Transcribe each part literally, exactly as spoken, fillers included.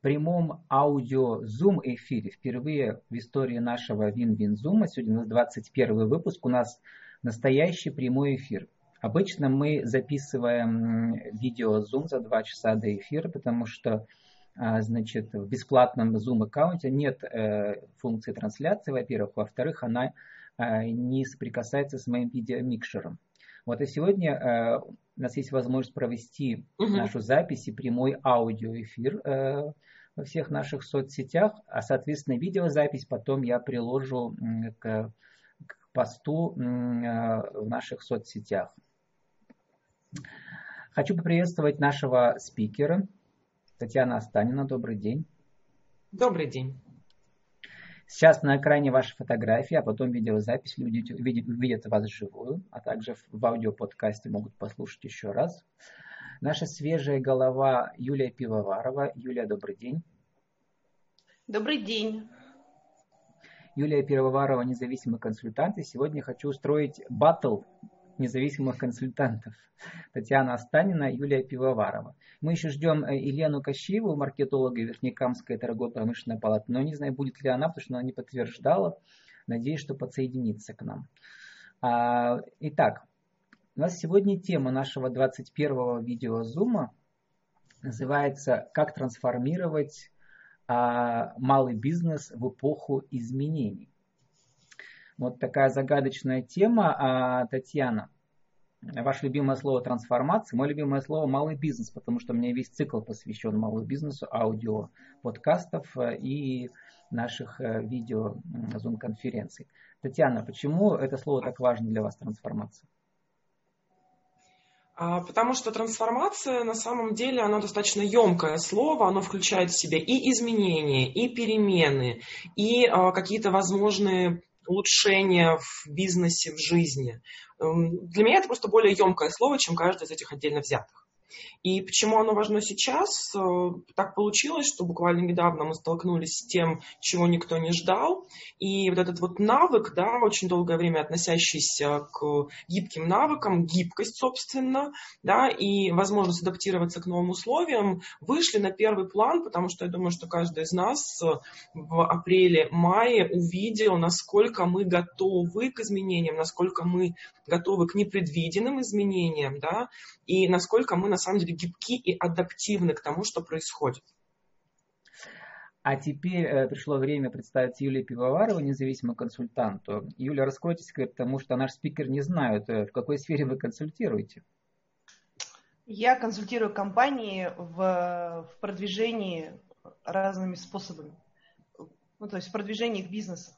прямом аудио Zoom эфире. Впервые в истории нашего Win-Win Zoom. Сегодня у нас двадцать первый выпуск. У нас настоящий прямой эфир. Обычно мы записываем видео Zoom за два часа до эфира, потому что значит, в бесплатном Zoom аккаунте нет э, функции трансляции, во-первых. Во-вторых, она э, не соприкасается с моим видеомикшером. Вот и сегодня э, у нас есть возможность провести uh-huh. нашу запись и прямой аудиоэфир э, во всех наших соцсетях, а, соответственно, видеозапись потом я приложу э, к, к посту э, в наших соцсетях. Хочу поприветствовать нашего спикера, Татьяна Останина. Добрый день. Добрый день. Сейчас на экране ваша фотография, а потом видеозапись. Люди увидят, увидят вас вживую, а также в аудиоподкасте могут послушать еще раз. Наша свежая голова Юлия Пивоварова. Юлия, добрый день. Добрый день. Юлия Пивоварова, независимый консультант. И сегодня хочу устроить баттл независимых консультантов. Татьяна Останина, Юлия Пивоварова. Мы еще ждем Елену Кащееву, маркетолога Верхнекамской торгово-промышленной палаты, но не знаю, будет ли она, потому что она не подтверждала. Надеюсь, что подсоединится к нам. Итак, у нас сегодня тема нашего двадцать первого видеозума называется «Как трансформировать малый бизнес в эпоху изменений». Вот такая загадочная тема. Татьяна, ваше любимое слово трансформация, мое любимое слово малый бизнес, потому что у меня весь цикл посвящен малому бизнесу, аудио, подкастов и наших видео зум-конференций. Татьяна, почему это слово так важно для вас, трансформация? Потому что трансформация на самом деле оно достаточно емкое слово, оно включает в себя и изменения, и перемены, и какие-то возможные улучшения в бизнесе, в жизни. Для меня это просто более емкое слово, чем каждое из этих отдельно взятых. И почему оно важно сейчас? Так получилось, что буквально недавно мы столкнулись с тем, чего никто не ждал. И вот этот вот навык, да, очень долгое время относящийся к гибким навыкам, гибкость, собственно, да, и возможность адаптироваться к новым условиям, вышли на первый план, потому что я думаю, что каждый из нас в апреле-мае увидел, насколько мы готовы к изменениям, насколько мы готовы к непредвиденным изменениям, да, и насколько мы на самом деле гибки и адаптивны к тому, что происходит. А теперь э, пришло время представить Юлию Пивоварову, независимому консультанту. Юля, раскройтесь, потому что наш спикер не знает, в какой сфере вы консультируете. Я консультирую компании в, в продвижении разными способами. Ну, то есть в продвижении их бизнеса.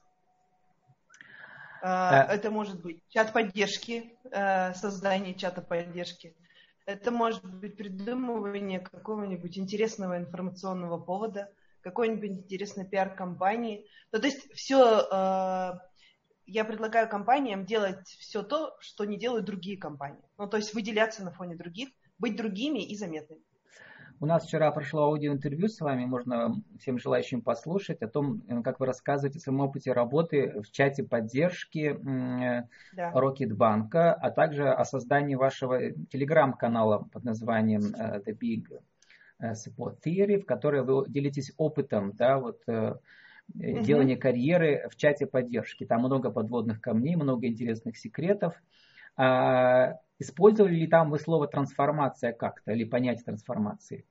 А... Это может быть чат поддержки, создание чата поддержки. Это может быть придумывание какого-нибудь интересного информационного повода, какой-нибудь интересной пиар-компании. Ну, то есть все, э, я предлагаю компаниям делать все то, что не делают другие компании. Ну, то есть выделяться на фоне других, быть другими и заметными. У нас вчера прошло аудиоинтервью с вами, можно всем желающим послушать о том, как вы рассказываете о своем опыте работы в чате поддержки да. Рокетбанка, а также о создании вашего телеграм-канала под названием The Big Support Theory, в которой вы делитесь опытом, да, вот, угу. делания карьеры в чате поддержки. Там много подводных камней, много интересных секретов. Использовали ли там вы слово трансформация как-то или понятие трансформации?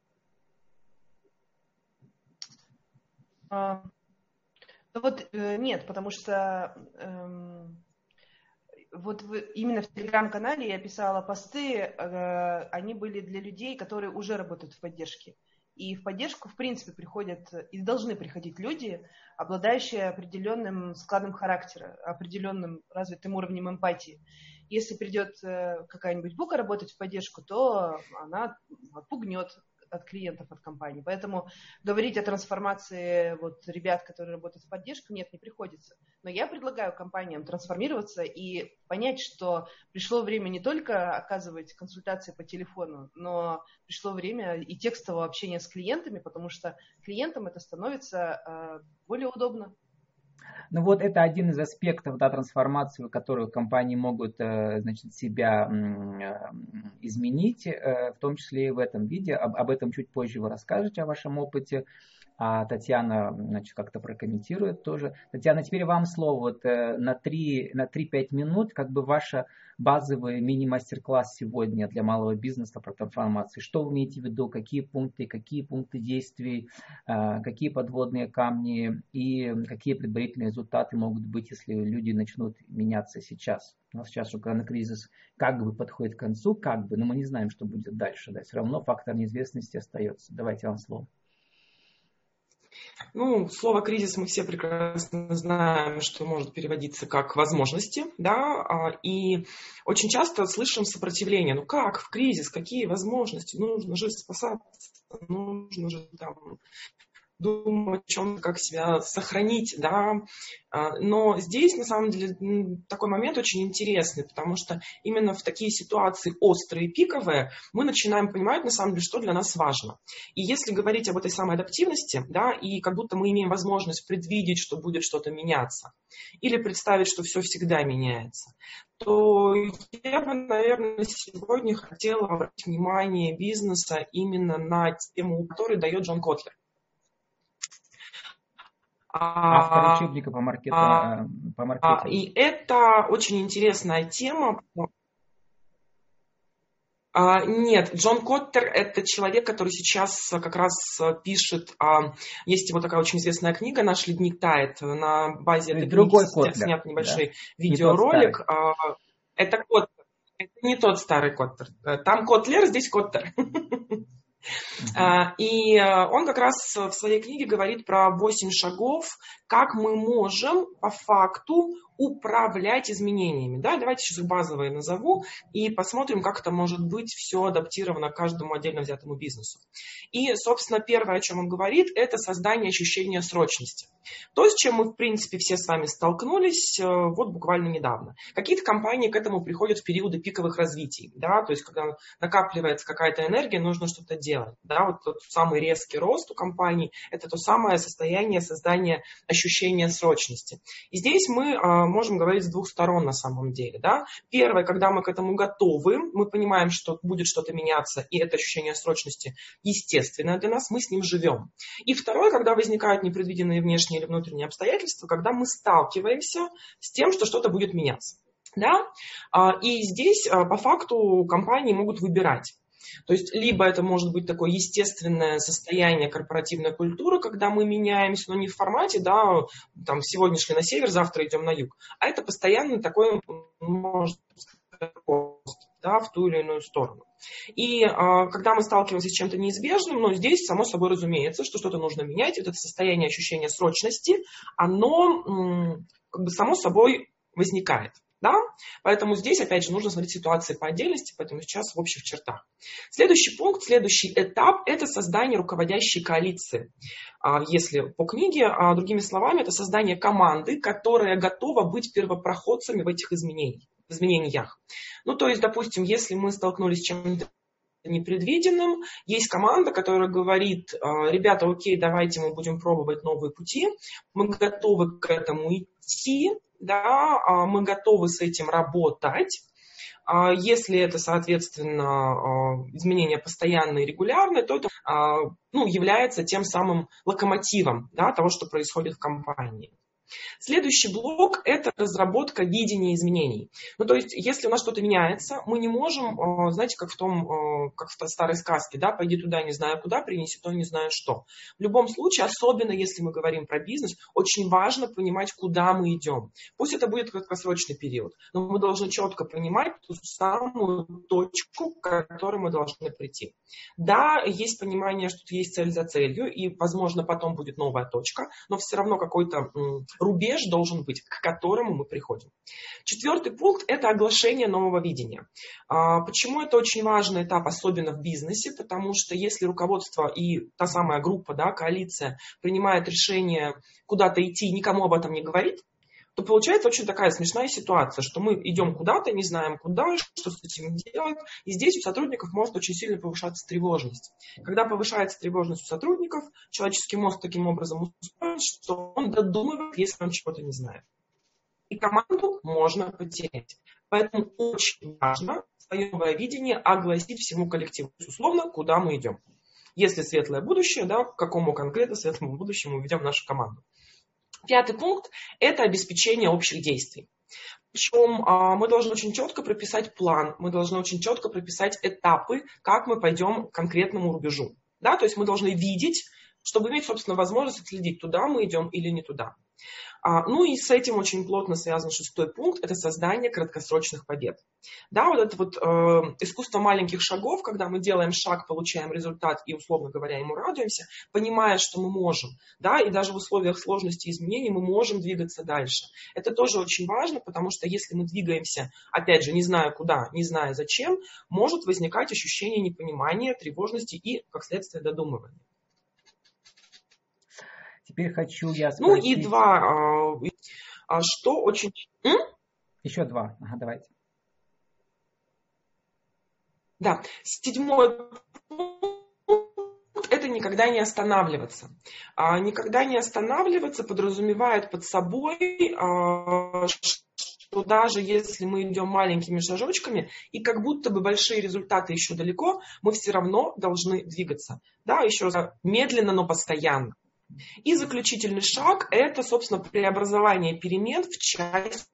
А, ну вот э, нет, потому что э, вот вы, именно в телеграм-канале я писала посты, э, они были для людей, которые уже работают в поддержке. И в поддержку, в принципе, приходят и должны приходить люди, обладающие определенным складом характера, определенным развитым уровнем эмпатии. Если придет какая-нибудь бука работать в поддержку, то она отпугнет от клиентов, от компании. Поэтому говорить о трансформации вот, ребят, которые работают в поддержку, нет, не приходится. Но я предлагаю компаниям трансформироваться и понять, что пришло время не только оказывать консультации по телефону, но пришло время и текстового общения с клиентами, потому что клиентам это становится э, более удобно. Ну вот это один из аспектов, да, трансформации, которую компании могут, значит, себя изменить, в том числе и в этом виде. Об, об этом чуть позже вы расскажете, о вашем опыте. А Татьяна, значит, как-то прокомментирует тоже. Татьяна, теперь вам слово. Вот на три-пять минут, как бы ваш базовый мини-мастер-класс сегодня для малого бизнеса про трансформацию. Что вы имеете в виду, какие пункты, какие пункты действий, какие подводные камни и какие предварительные результаты могут быть, если люди начнут меняться сейчас. У нас сейчас коронакризис как бы подходит к концу, как бы, но мы не знаем, что будет дальше. Да, все равно фактор неизвестности остается. Давайте вам слово. Ну, слово «кризис» мы все прекрасно знаем, что может переводиться как «возможности», да, и очень часто слышим сопротивление. Ну как в кризис, какие возможности? Нужно же спасаться, нужно же там думать о чем, как себя сохранить, да. Но здесь, на самом деле, такой момент очень интересный, потому что именно в такие ситуации острые, пиковые, мы начинаем понимать, на самом деле, что для нас важно. И если говорить об этой самой адаптивности, да, и как будто мы имеем возможность предвидеть, что будет что-то меняться, или представить, что все всегда меняется, то я бы, наверное, сегодня хотела обратить внимание бизнеса именно на тему, которую дает Джон Котлер. Автор учебника по, маркету, а, по маркетингу. И это очень интересная тема. А, нет, Джон Котлер – это человек, который сейчас как раз пишет, а, есть его такая очень известная книга «Наш ледник тает». На базе этой книги снят небольшой да? видеоролик. А, это Котлер, это не тот старый Котлер. Там Котлер, здесь Котлер. Uh-huh. И он как раз в своей книге говорит про восемь шагов, как мы можем по факту управлять изменениями. Да, давайте сейчас их базовые назову и посмотрим, как это может быть все адаптировано к каждому отдельно взятому бизнесу. И, собственно, первое, о чем он говорит, это создание ощущения срочности. То, с чем мы, в принципе, все с вами столкнулись вот буквально недавно. Какие-то компании к этому приходят в периоды пиковых развитий. Да, то есть, когда накапливается какая-то энергия, нужно что-то делать. Да, вот тот самый резкий рост у компаний – это то самое состояние создания ощущения срочности. И здесь мы можем говорить с двух сторон на самом деле. Да? Первое, когда мы к этому готовы, мы понимаем, что будет что-то меняться, и это ощущение срочности естественное для нас, мы с ним живем. И второе, когда возникают непредвиденные внешние или внутренние обстоятельства, когда мы сталкиваемся с тем, что что-то будет меняться. Да? И здесь по факту компании могут выбирать. То есть, либо это может быть такое естественное состояние корпоративной культуры, когда мы меняемся, но не в формате, да, там, сегодня шли на север, завтра идем на юг, а это постоянно такой, может сказать, да, в ту или иную сторону. И а, когда мы сталкиваемся с чем-то неизбежным, но здесь, само собой разумеется, что что-то нужно менять, вот это состояние ощущения срочности, оно м, как бы само собой возникает. Да? Поэтому здесь, опять же, нужно смотреть ситуации по отдельности, поэтому сейчас в общих чертах. Следующий пункт, следующий этап – это создание руководящей коалиции. Если по книге, другими словами, это создание команды, которая готова быть первопроходцами в этих изменениях. В изменениях. Ну, то есть, допустим, если мы столкнулись с чем-то непредвиденным, есть команда, которая говорит: ребята, окей, давайте мы будем пробовать новые пути, мы готовы к этому идти, да, мы готовы с этим работать. Если это, соответственно, изменения постоянные и регулярные, то это ну, является тем самым локомотивом, да, того, что происходит в компании. Следующий блок – это разработка видения изменений. Ну, то есть, если у нас что-то меняется, мы не можем, знаете, как в том, как в старой сказке, да, пойди туда, не знаю куда, принеси то, не знаю что. В любом случае, особенно если мы говорим про бизнес, очень важно понимать, куда мы идем. Пусть это будет краткосрочный период, но мы должны четко понимать ту самую точку, к которой мы должны прийти. Да, есть понимание, что есть цель за целью, и, возможно, потом будет новая точка, но все равно какой-то рубеж должен быть, к которому мы приходим. Четвертый пункт – это оглашение нового видения. Почему это очень важный этап, особенно в бизнесе? Потому что если руководство и та самая группа, да, коалиция, принимает решение куда-то идти и никому об этом не говорит, то получается очень такая смешная ситуация, что мы идем куда-то, не знаем куда, что с этим делать, и здесь у сотрудников может очень сильно повышаться тревожность. Когда повышается тревожность у сотрудников, человеческий мозг таким образом устроен, что он додумывает, если он чего-то не знает. И команду можно потерять. Поэтому очень важно свое новое видение огласить всему коллективу. Условно, куда мы идем. Если светлое будущее, да, к какому конкретно светлому будущему мы ведем нашу команду. Пятый пункт – это обеспечение общих действий. Причем а, мы должны очень четко прописать план, мы должны очень четко прописать этапы, как мы пойдем к конкретному рубежу. Да? То есть мы должны видеть, чтобы иметь, собственно, возможность отследить, туда мы идем или не туда. А, ну и с этим очень плотно связан шестой пункт, это создание краткосрочных побед. Да, вот это вот э, искусство маленьких шагов, когда мы делаем шаг, получаем результат и, условно говоря, ему радуемся, понимая, что мы можем, да, и даже в условиях сложности изменений мы можем двигаться дальше. Это тоже очень важно, потому что если мы двигаемся, опять же, не зная куда, не зная зачем, может возникать ощущение непонимания, тревожности и, как следствие, додумывания. Теперь хочу я спросить... Ну и два, а, что очень... М? Еще два, ага, давайте. Да, седьмой пункт – это никогда не останавливаться. А, никогда не останавливаться подразумевает под собой, а, что даже если мы идем маленькими шажочками, и как будто бы большие результаты еще далеко, мы все равно должны двигаться. Да, еще раз, медленно, но постоянно. И заключительный шаг – это, собственно, преобразование перемен в часть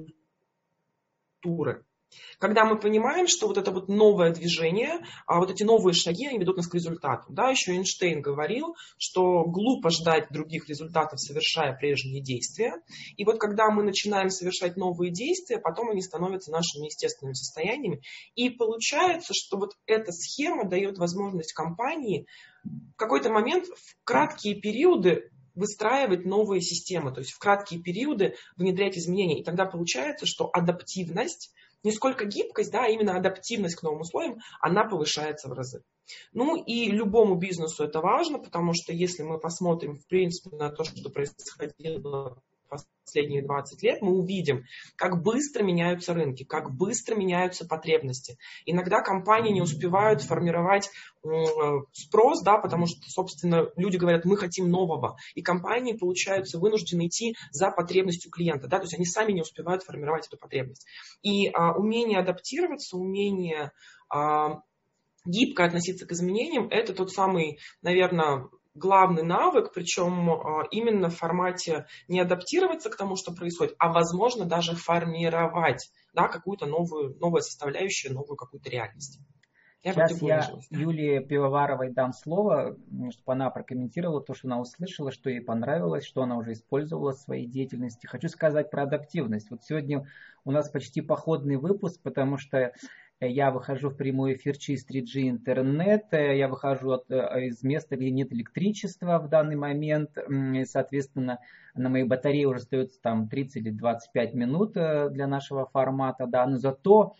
культуры. Когда мы понимаем, что вот это вот новое движение, а вот эти новые шаги, они ведут нас к результату. Да, еще Эйнштейн говорил, что глупо ждать других результатов, совершая прежние действия. И вот когда мы начинаем совершать новые действия, потом они становятся нашими естественными состояниями. И получается, что вот эта схема дает возможность компании в какой-то момент в краткие периоды выстраивать новые системы, то есть в краткие периоды внедрять изменения. И тогда получается, что адаптивность, не сколько гибкость, да, а именно адаптивность к новым условиям, она повышается в разы. Ну и любому бизнесу это важно, потому что если мы посмотрим, в принципе, на то, что происходило последние двадцать лет, мы увидим, как быстро меняются рынки, как быстро меняются потребности. Иногда компании не успевают формировать спрос, да, потому что, собственно, люди говорят, мы хотим нового. И компании, получаются, вынуждены идти за потребностью клиента. Да, то есть они сами не успевают формировать эту потребность. И а, умение адаптироваться, умение а, гибко относиться к изменениям, это тот самый, наверное, главный навык, причем именно в формате не адаптироваться к тому, что происходит, а возможно даже формировать, да, какую-то новую, новую составляющую, новую какую-то реальность. Я Сейчас я Юлии Пивоваровой дам слово, чтобы она прокомментировала то, что она услышала, что ей понравилось, что она уже использовала в своей деятельности. Хочу сказать про адаптивность. Вот сегодня у нас почти походный выпуск, потому что я выхожу в прямой эфир через три джи интернет, я выхожу от, из места, где нет электричества в данный момент, и, соответственно, на моей батарее уже остается там тридцать или двадцать пять минут для нашего формата, да, но зато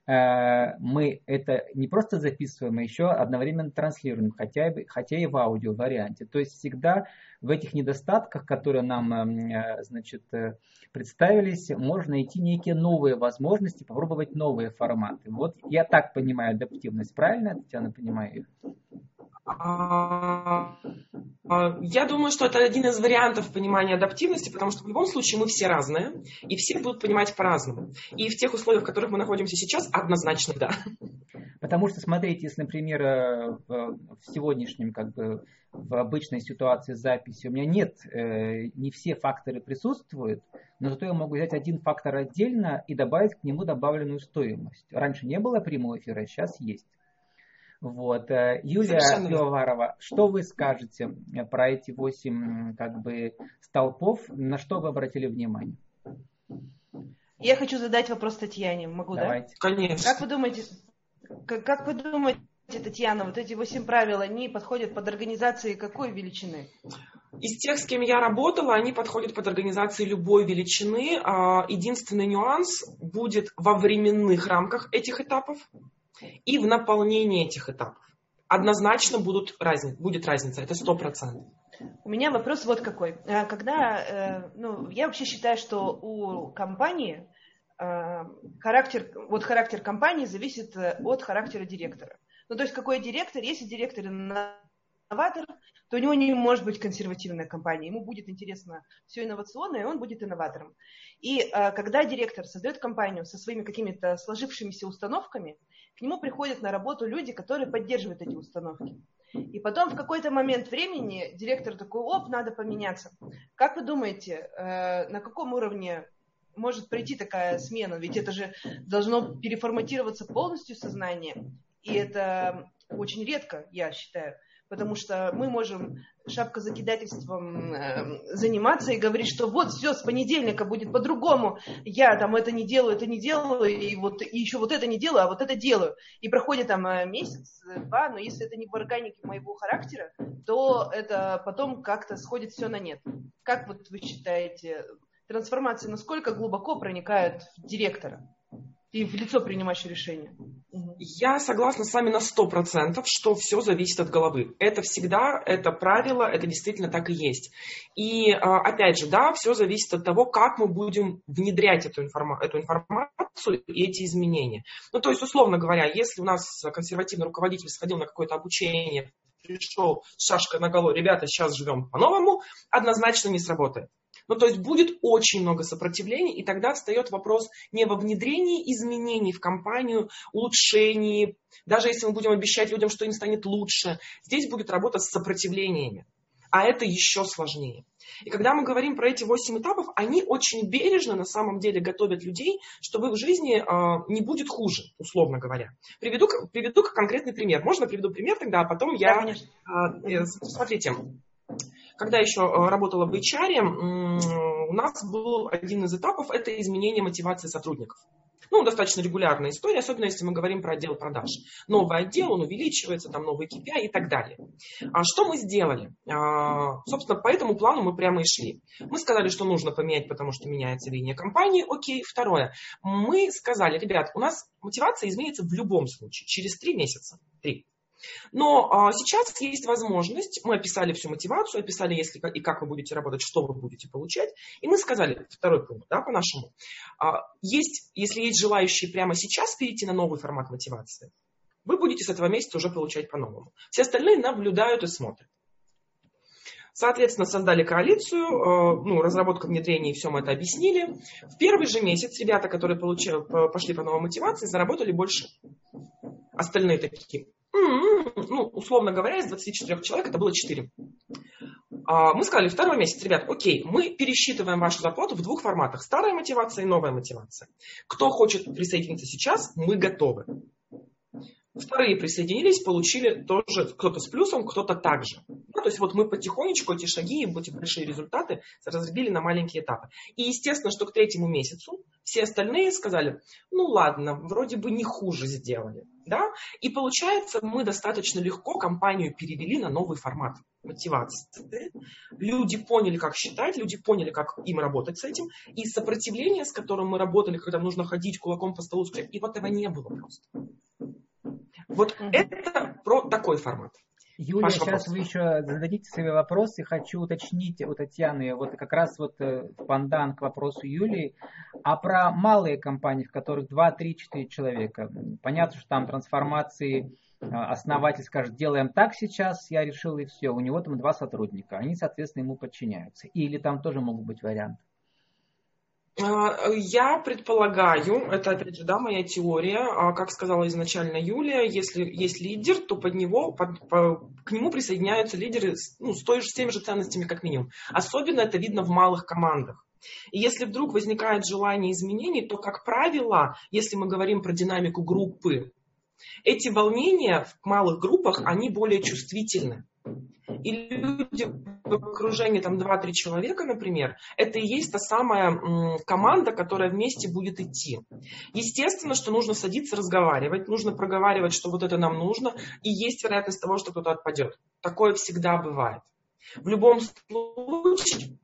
э, мы это не просто записываем, а еще одновременно транслируем, хотя, хотя и в аудио варианте. То есть всегда в этих недостатках, которые нам, э, значит, представились, можно найти некие новые возможности, попробовать новые форматы. Вот я так понимаю адаптивность. Правильно, Татьяна, понимаю их? Я думаю, что это один из вариантов понимания адаптивности, потому что в любом случае мы все разные, и все будут понимать по-разному. И в тех условиях, в которых мы находимся сейчас, однозначно да. Потому что, смотрите, если, например, в сегодняшнем, как бы, в обычной ситуации записи у меня нет, не все факторы присутствуют, но зато я могу взять один фактор отдельно и добавить к нему добавленную стоимость. Раньше не было прямого эфира, сейчас есть. Вот. Юлия Пивоварова, что вы скажете про эти восемь, как бы, столпов? На что вы обратили внимание? Я хочу задать вопрос Татьяне. Могу, Давайте. Да? Конечно. Как вы думаете, как, как вы думаете, Татьяна, вот эти восемь правил, они подходят под организации какой величины? Из тех, с кем я работала, они подходят под организации любой величины. Единственный нюанс будет во временных рамках этих этапов и в наполнении этих этапов. Однозначно будут разни, будет разница, это сто процентов. У меня вопрос вот какой. Когда, ну, я вообще считаю, что у компании характер, вот характер компании зависит от характера директора. Ну, то есть какой директор, если директор инноватор, то у него не может быть консервативная компания. Ему будет интересно все инновационное, и он будет инноватором. И когда директор создает компанию со своими какими-то сложившимися установками, к нему приходят на работу люди, которые поддерживают эти установки. И потом в какой-то момент времени директор такой: оп, надо поменяться. Как вы думаете, на каком уровне может пройти такая смена? Ведь это же должно переформатироваться полностью сознание. И это очень редко, я считаю. Потому что мы можем шапкозакидательством заниматься и говорить, что вот все, с понедельника будет по-другому. Я там это не делаю, это не делаю, и, вот, и еще вот это не делаю, а вот это делаю. И проходит там месяц, два, но если это не в органике моего характера, то это потом как-то сходит все на нет. Как вот вы считаете, трансформации насколько глубоко проникают в директора и в лицо принимающего решения? Я согласна с вами на сто процентов, что все зависит от головы. Это всегда, это правило, это действительно так и есть. И опять же, да, все зависит от того, как мы будем внедрять эту, информа- эту информацию и эти изменения. Ну, то есть, условно говоря, если у нас консервативный руководитель сходил на какое-то обучение, пришел с шашкой наголо: ребята, сейчас живем по-новому, однозначно не сработает. Ну, то есть будет очень много сопротивлений, и тогда встает вопрос не во внедрении изменений в компанию, улучшений, даже если мы будем обещать людям, что им станет лучше, здесь будет работа с сопротивлениями, а это еще сложнее. И когда мы говорим про эти восемь этапов, они очень бережно на самом деле готовят людей, чтобы в жизни э, не будет хуже, условно говоря. Приведу, приведу конкретный пример. Можно приведу пример тогда, а потом я... Да, конечно. Э, смотрите. Когда еще работала в эйч ар, у нас был один из этапов – это изменение мотивации сотрудников. Ну, достаточно регулярная история, особенно если мы говорим про отдел продаж. Новый отдел, он увеличивается, там новые кей пи ай и так далее. А что мы сделали? А, собственно, по этому плану мы прямо и шли. Мы сказали, что нужно поменять, потому что меняется видение компании. Окей. Второе. Мы сказали: ребят, у нас мотивация изменится в любом случае, через три месяца. Три. Но а, сейчас есть возможность, мы описали всю мотивацию, описали, если и как вы будете работать, что вы будете получать, и мы сказали, второй пункт, да, по-нашему, а, есть, если есть желающие прямо сейчас перейти на новый формат мотивации, вы будете с этого месяца уже получать по-новому. Все остальные наблюдают и смотрят. Соответственно, создали коалицию, ну, разработка внедрения, и все мы это объяснили. В первый же месяц ребята, которые получили, пошли по новой мотивации, заработали больше. Остальные такие... Ну, условно говоря, из двадцати четырёх человек это было четыре. Мы сказали: второй месяц, ребят, окей, мы пересчитываем вашу зарплату в двух форматах. Старая мотивация и новая мотивация. Кто хочет присоединиться сейчас, мы готовы. Вторые присоединились, получили тоже кто-то с плюсом, кто-то также. Ну, то есть вот мы потихонечку эти шаги, эти большие результаты разбили на маленькие этапы. И естественно, что к третьему месяцу все остальные сказали: ну ладно, вроде бы не хуже сделали. Да? И получается, мы достаточно легко компанию перевели на новый формат мотивации. Люди поняли, как считать, люди поняли, как им работать с этим. И сопротивление, с которым мы работали, когда нужно ходить кулаком по столу, и вот этого не было просто. Вот mm-hmm. это про такой формат. Юлия, Ваш сейчас вопрос. Вы еще зададите свои вопросы. Хочу уточнить у Татьяны, вот как раз вот пандан к вопросу Юлии, а про малые компании, в которых два, три, четыре человека. Понятно, что там трансформации, основатель скажет: делаем так сейчас, я решил и все. У него там два сотрудника, они, соответственно, ему подчиняются. Или там тоже могут быть варианты? Я предполагаю, это опять же, да, моя теория, как сказала изначально Юлия, если есть лидер, то под него, под, по, к нему присоединяются лидеры, ну, с, той же, с теми же ценностями, как минимум. Особенно это видно в малых командах. И если вдруг возникает желание изменений, то, как правило, если мы говорим про динамику группы, эти волнения в малых группах, они более чувствительны. И люди в окружении там два-три человека, например, это и есть та самая м, команда, которая вместе будет идти. Естественно, что нужно садиться, разговаривать, нужно проговаривать, что вот это нам нужно, и есть вероятность того, что кто-то отпадет. Такое всегда бывает. В любом случае,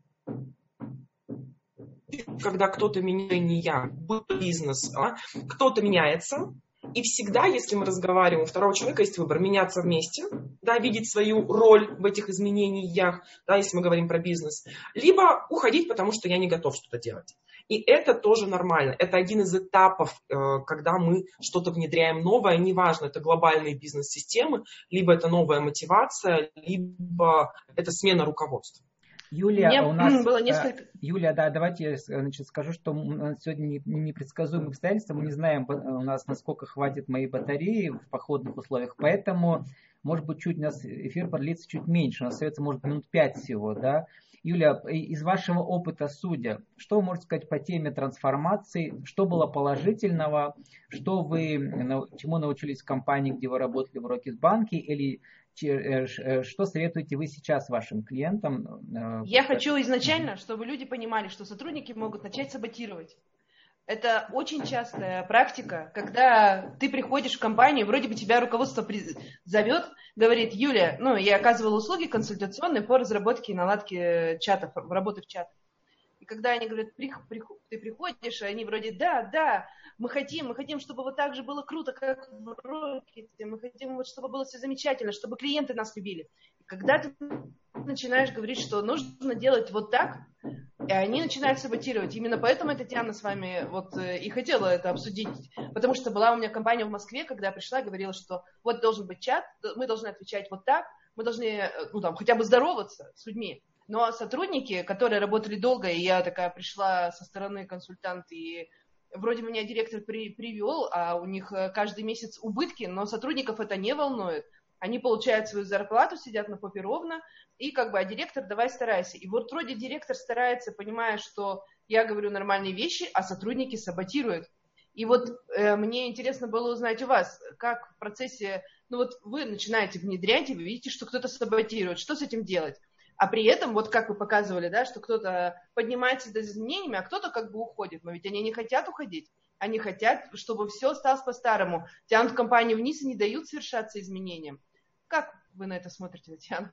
когда кто-то меняет, не я, бизнес, а, кто-то меняется, И всегда, если мы разговариваем, у второго человека есть выбор: меняться вместе, да, видеть свою роль в этих изменениях, да, если мы говорим про бизнес, либо уходить, потому что я не готов что-то делать. И это тоже нормально. Это один из этапов, когда мы что-то внедряем новое, неважно, это глобальные бизнес-системы, либо это новая мотивация, либо это смена руководства. Юлия, Мне у нас было несколько... Юлия, да, давайте я значит, скажу, что у нас сегодня непредсказуемые обстоятельства, мы не знаем у нас, насколько хватит моей батареи в походных условиях, поэтому, может быть, чуть у нас эфир продлится чуть меньше, у нас остается, может, минут пять всего, да. Юлия, из вашего опыта судя, что вы можете сказать по теме трансформации, что было положительного, что вы, чему научились в компании, где вы работали в Рокетбанке, или что советуете вы сейчас вашим клиентам? Я хочу изначально, чтобы люди понимали, что сотрудники могут начать саботировать. Это очень частая практика, когда ты приходишь в компанию, вроде бы тебя руководство зовет, говорит: Юлия, ну, я оказывала услуги консультационные по разработке и наладке чатов, работы в чатах. И когда они говорят: ты приходишь, они вроде: да, да, мы хотим, мы хотим, чтобы вот так же было круто, как в Рокете, мы хотим, вот, чтобы было все замечательно, чтобы клиенты нас любили. И когда ты начинаешь говорить, что нужно делать вот так, и они начинают саботировать. Именно поэтому я, Татьяна, с вами вот и хотела это обсудить. Потому что была у меня компания в Москве, когда я пришла, говорила, что вот должен быть чат, мы должны отвечать вот так, мы должны, ну, там, хотя бы здороваться с людьми. Но сотрудники, которые работали долго, и я такая пришла со стороны консультанта, и вроде меня директор при, привел, а у них каждый месяц убытки, но сотрудников это не волнует. Они получают свою зарплату, сидят на попе ровно, и как бы, а директор, давай старайся. И вот вроде директор старается, понимая, что я говорю нормальные вещи, а сотрудники саботируют. И вот э, мне интересно было узнать у вас, как в процессе, ну вот вы начинаете внедрять, и вы видите, что кто-то саботирует, что с этим делать? А при этом, вот как вы показывали, да, что кто-то поднимается с изменениями, а кто-то как бы уходит. Но ведь они не хотят уходить. Они хотят, чтобы все осталось по-старому. Тянут компанию вниз и не дают совершаться изменениям. Как вы на это смотрите, Татьяна?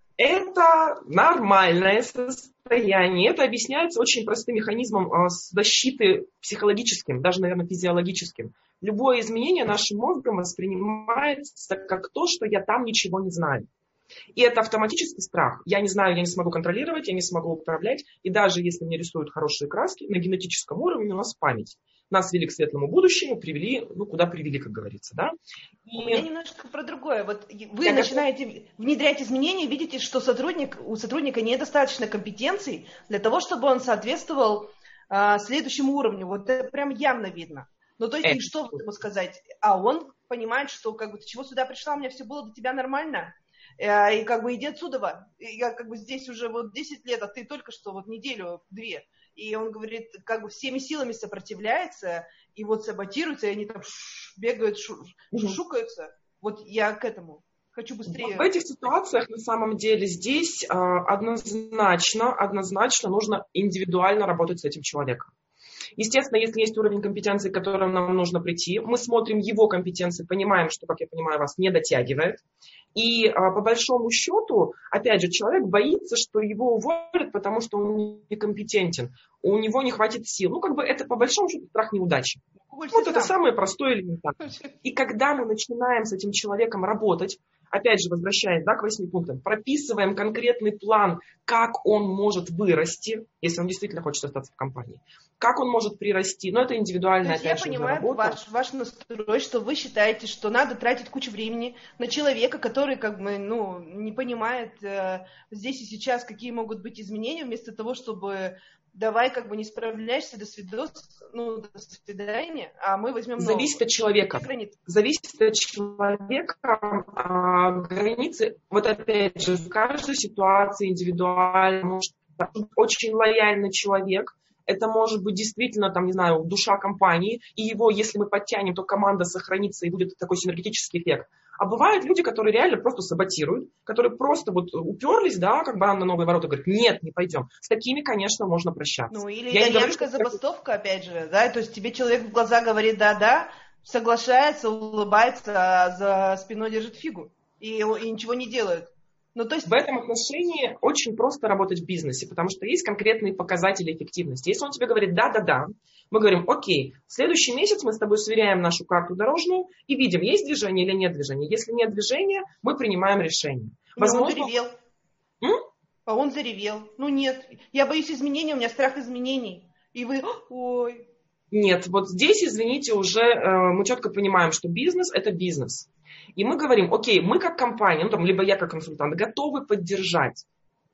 Это нормальное состояние. Это объясняется очень простым механизмом защиты психологическим, даже, наверное, физиологическим. Любое изменение нашим мозгом воспринимается как то, что я там ничего не знаю. И это автоматический страх. Я не знаю, я не смогу контролировать, я не смогу управлять. И даже если мне рисуют хорошие краски, на генетическом уровне у нас память. Нас вели к светлому будущему, привели, ну, куда привели, как говорится, да. И... У меня немножко про другое. Вот вы я начинаете как... внедрять изменения, видите, что сотрудник, у сотрудника недостаточно компетенций для того, чтобы он соответствовал а, следующему уровню. Вот это прям явно видно. Ну, то есть, это... что ему сказать? А он понимает, что, как бы, ты чего сюда пришла, у меня все было до тебя нормально. И как бы иди отсюда, я как бы здесь уже вот десять лет, а ты только что вот неделю-две. И он говорит, как бы всеми силами сопротивляется, и вот саботируется, и они там ш- бегают, шу- шушукаются. Вот я к этому хочу быстрее. В этих ситуациях на самом деле здесь а, однозначно, однозначно нужно индивидуально работать с этим человеком. Естественно, если есть уровень компетенции, к которому нам нужно прийти, мы смотрим его компетенции, понимаем, что, как я понимаю, вас не дотягивает. И а, по большому счету, опять же, человек боится, что его уволят, потому что он некомпетентен, у него не хватит сил. Ну, как бы это по большому счету страх неудачи. Больше вот сам. Это самое простое элементарное. И когда мы начинаем с этим человеком работать, опять же, возвращаясь, да, к восьми пунктам, прописываем конкретный план, как он может вырасти, если он действительно хочет остаться в компании, как он может прирасти, но это индивидуальная, опять же, работа. Я понимаю ваш, ваш настрой, что вы считаете, что надо тратить кучу времени на человека, который как бы, ну, не понимает э, здесь и сейчас, какие могут быть изменения, вместо того, чтобы давай как бы не справляешься, до свидос, ну, до свидания, а мы возьмем нового. Зависит от человека. Зависит от человека. А, границы, вот опять же, в каждой ситуации индивидуально, может, очень лояльный человек. Это может быть действительно, там, не знаю, душа компании, и его, если мы подтянем, то команда сохранится, и будет такой синергетический эффект. А бывают люди, которые реально просто саботируют, которые просто вот уперлись, да, как баран на новые ворота, говорят, нет, не пойдем. С такими, конечно, можно прощаться. Ну, или итальянская забастовка, опять же, да, то есть тебе человек в глаза говорит да-да, соглашается, улыбается, а за спиной держит фигу, и, и ничего не делает. Ну, то есть... В этом отношении очень просто работать в бизнесе, потому что есть конкретные показатели эффективности. Если он тебе говорит «да-да-да», мы говорим «окей, в следующий месяц мы с тобой сверяем нашу карту дорожную и видим, есть движение или нет движения. Если нет движения, мы принимаем решение». Возможно... Он заревел. М? А он заревел. Ну нет, я боюсь изменений, у меня страх изменений. И вы, ой... Нет, вот здесь, извините, уже э, мы четко понимаем, что бизнес – это бизнес. И мы говорим, окей, мы как компания, ну, там, либо я как консультант, готовы поддержать.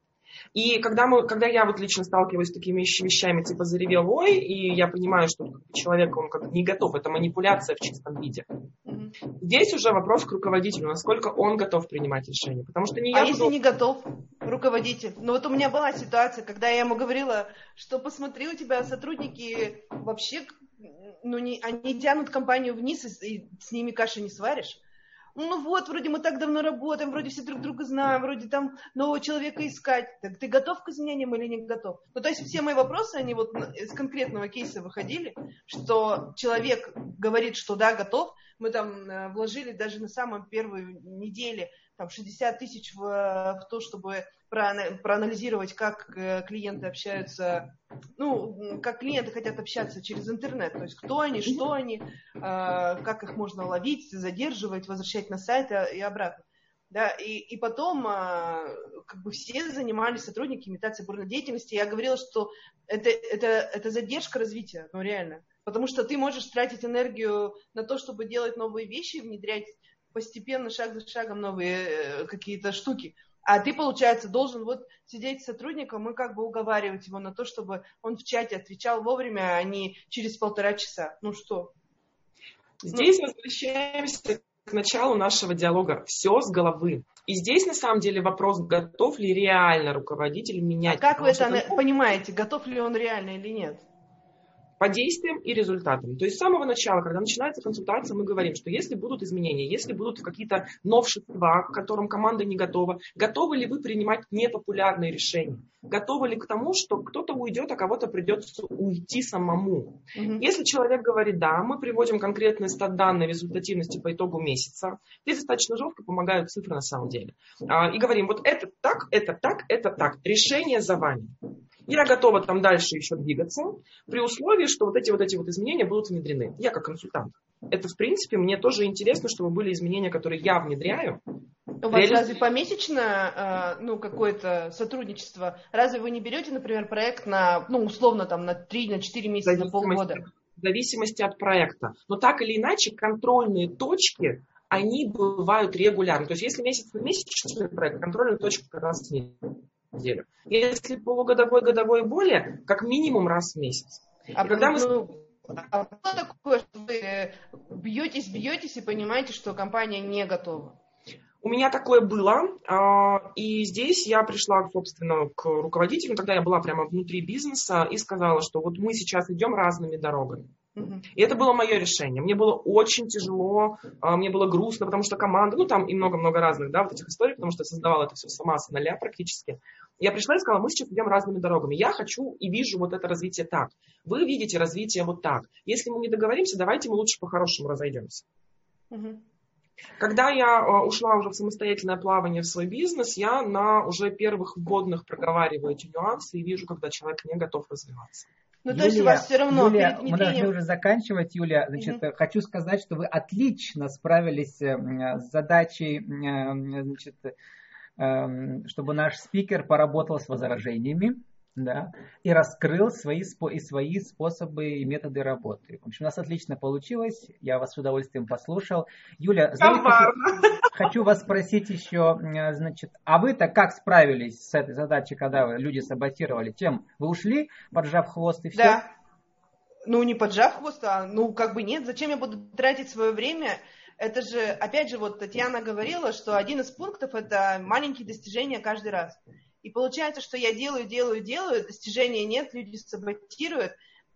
И когда, мы, когда я вот лично сталкиваюсь с такими вещами, типа заревел ой, и я понимаю, что человек, он как не готов, это манипуляция в чистом виде. Mm-hmm. Здесь уже вопрос к руководителю, насколько он готов принимать решение. Потому что не я а буду... если не готов руководитель? Ну вот у меня была ситуация, когда я ему говорила, что посмотри, у тебя сотрудники вообще, ну, не, они тянут компанию вниз, и, и с ними каши не сваришь. Ну вот, вроде мы так давно работаем, вроде все друг друга знаем, вроде там нового человека искать. Так ты готов к изменениям или не готов? Ну, то есть все мои вопросы, они вот из конкретного кейса выходили, что человек говорит, что да, готов. Мы там вложили даже на самом первой неделе там шестьдесят тысяч в, в то, чтобы проанализировать, как клиенты общаются, ну, как клиенты хотят общаться через интернет, то есть кто они, что они, как их можно ловить, задерживать, возвращать на сайт и обратно. Да, и, и потом как бы все занимались, сотрудники, имитацией бурной деятельности. Я говорила, что это, это, это задержка развития, ну реально. Потому что ты можешь тратить энергию на то, чтобы делать новые вещи, внедрять постепенно, шаг за шагом новые какие-то штуки. А ты, получается, должен вот сидеть с сотрудником и как бы уговаривать его на то, чтобы он в чате отвечал вовремя, а не через полтора часа. Ну что? Здесь ну... возвращаемся к началу нашего диалога. Все с головы. И здесь, на самом деле, вопрос, готов ли реально руководитель менять. А как вы это он... понимаете, готов ли он реально или нет? По действиям и результатам. То есть с самого начала, когда начинается консультация, мы говорим, что если будут изменения, если будут какие-то новшества, к которым команда не готова, готовы ли вы принимать непопулярные решения? Готовы ли к тому, что кто-то уйдет, а кого-то придется уйти самому? Mm-hmm. Если человек говорит, да, мы приводим конкретные стат-данные результативности по итогу месяца, здесь достаточно жестко помогают цифры на самом деле. И говорим, вот это так, это так, это так. Решение за вами. Я готова там дальше еще двигаться, при условии, что вот эти вот эти вот изменения будут внедрены. Я как консультант. Это, в принципе, мне тоже интересно, чтобы были изменения, которые я внедряю. У вас разве помесячно, ну, какое-то сотрудничество? Разве вы не берете, например, проект на, ну, условно, там, на три, на четыре месяца, на полгода? В зависимости от проекта. Но так или иначе, контрольные точки, они бывают регулярно. То есть, если месяц на месячный проект, контрольная точка как раз в неделю. Если полугодовой, годовой более, как минимум раз в месяц. А, когда мы... ну, а что такое, что вы бьетесь, бьетесь и понимаете, что компания не готова? У меня такое было, и здесь я пришла, собственно, к руководителю, тогда я была прямо внутри бизнеса и сказала, что вот мы сейчас идем разными дорогами. Uh-huh. И это было мое решение. Мне было очень тяжело, мне было грустно, потому что команда, ну там и много-много разных, да, вот этих историй, потому что я создавала это все сама с нуля практически. Я пришла и сказала, мы сейчас идем разными дорогами. Я хочу и вижу вот это развитие так. Вы видите развитие вот так. Если мы не договоримся, давайте мы лучше по-хорошему разойдемся. Uh-huh. Когда я ушла уже в самостоятельное плавание в свой бизнес, я на уже первых вводных проговариваю эти нюансы и вижу, когда человек не готов развиваться. Ну, то есть у вас все равно Юлия, перед внедрением... мы должны уже заканчивать, Юлия. Значит, mm-hmm. хочу сказать, что вы отлично справились с задачей, значит, чтобы наш спикер поработал с возражениями, да, и раскрыл свои, и свои способы и методы работы. В общем, у нас отлично получилось. Я вас с удовольствием послушал. Юля, знаете, хочу вас спросить еще, значит, а вы-то как справились с этой задачей, когда вы, люди саботировали? Чем? Вы ушли, поджав хвост и все? Да. Ну, не поджав хвост, а ну, как бы нет. Зачем я буду тратить свое время? Это же, опять же, вот Татьяна говорила, что один из пунктов – это маленькие достижения каждый раз. И получается, что я делаю, делаю, делаю, достижения нет, люди саботируют.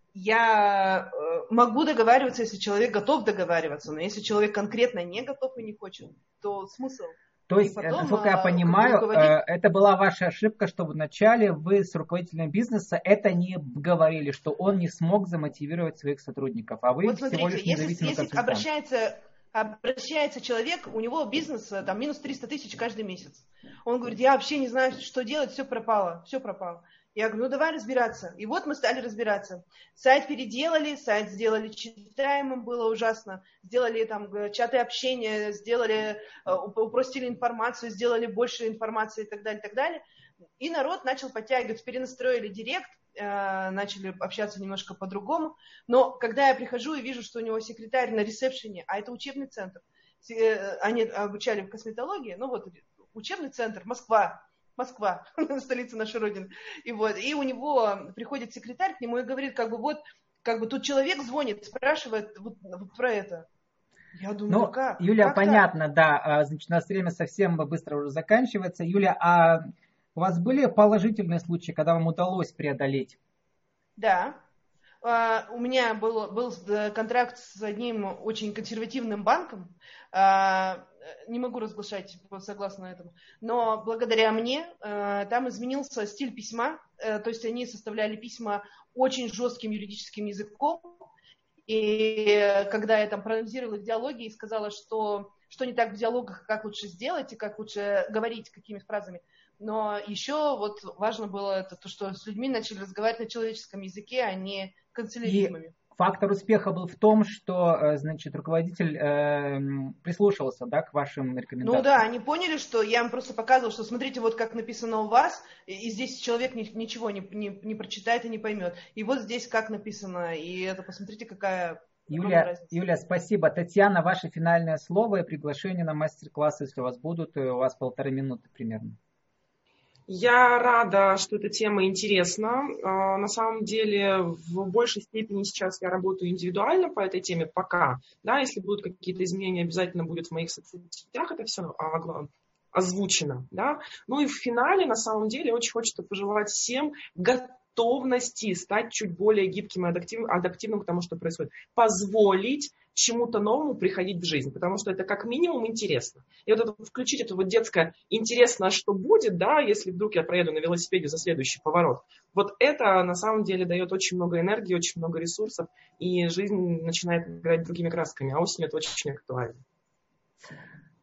Я могу договариваться, если человек готов договариваться, но если человек конкретно не готов и не хочет, то смысл? То есть, потом, насколько я понимаю, руководить... это была ваша ошибка, что вначале вы с руководителем бизнеса это не говорили, что он не смог замотивировать своих сотрудников, а вы вот всего смотрите, лишь независимый если, консультант. Если обращается Обращается человек, у него бизнес там минус триста тысяч каждый месяц. Он говорит, я вообще не знаю, что делать, все пропало, все пропало. Я говорю, ну давай разбираться. И вот мы стали разбираться. Сайт переделали, сайт сделали читаемым, было ужасно. Сделали там чаты общения, сделали, упростили информацию, сделали больше информации и так далее, и так далее. И народ начал подтягиваться, перенастроили директ, начали общаться немножко по-другому. Но когда я прихожу и вижу, что у него секретарь на ресепшене, а это учебный центр, они обучали в косметологии, ну вот учебный центр, Москва, Москва, столица нашей Родины. И вот, и у него приходит секретарь к нему и говорит, как бы вот, как бы тут человек звонит, спрашивает вот, вот про это. Я думаю, ну, как? Юля, как понятно, так? да, значит, у нас время совсем быстро уже заканчивается. Юля, а у вас были положительные случаи, когда вам удалось преодолеть? Да. Uh, у меня был, был контракт с одним очень консервативным банком. Uh, не могу разглашать согласно этому. Но благодаря мне uh, там изменился стиль письма. Uh, то есть они составляли письма очень жестким юридическим языком. И когда я там проанализировала их диалоги и сказала, что, что не так в диалогах, как лучше сделать и как лучше говорить, какими фразами. Но еще вот важно было это, то, что с людьми начали разговаривать на человеческом языке, а не канцеляризмами. И фактор успеха был в том, что, значит, руководитель э, прислушивался, да, к вашим рекомендациям. Ну да, они поняли, что я им просто показывала, что смотрите, вот как написано у вас, и здесь человек ничего не, не, не прочитает и не поймет. И вот здесь как написано, и это посмотрите, какая... Юля, Юля, спасибо. Татьяна, ваше финальное слово и приглашение на мастер-класс, если у вас будут, у вас полторы минуты примерно. Я рада, что эта тема интересна. На самом деле, в большей степени сейчас я работаю индивидуально по этой теме пока. Да, если будут какие-то изменения, обязательно будет в моих соцсетях это все озвучено. Да. Ну и в финале, на самом деле, очень хочется пожелать всем готовности стать чуть более гибким и адаптивным, адаптивным к тому, что происходит. Позволить чему-то новому приходить в жизнь, потому что это как минимум интересно. И вот это, включить это вот детское интересно, что будет, да, если вдруг я проеду на велосипеде за следующий поворот. Вот это на самом деле дает очень много энергии, очень много ресурсов, и жизнь начинает играть другими красками, а осенью это очень актуально.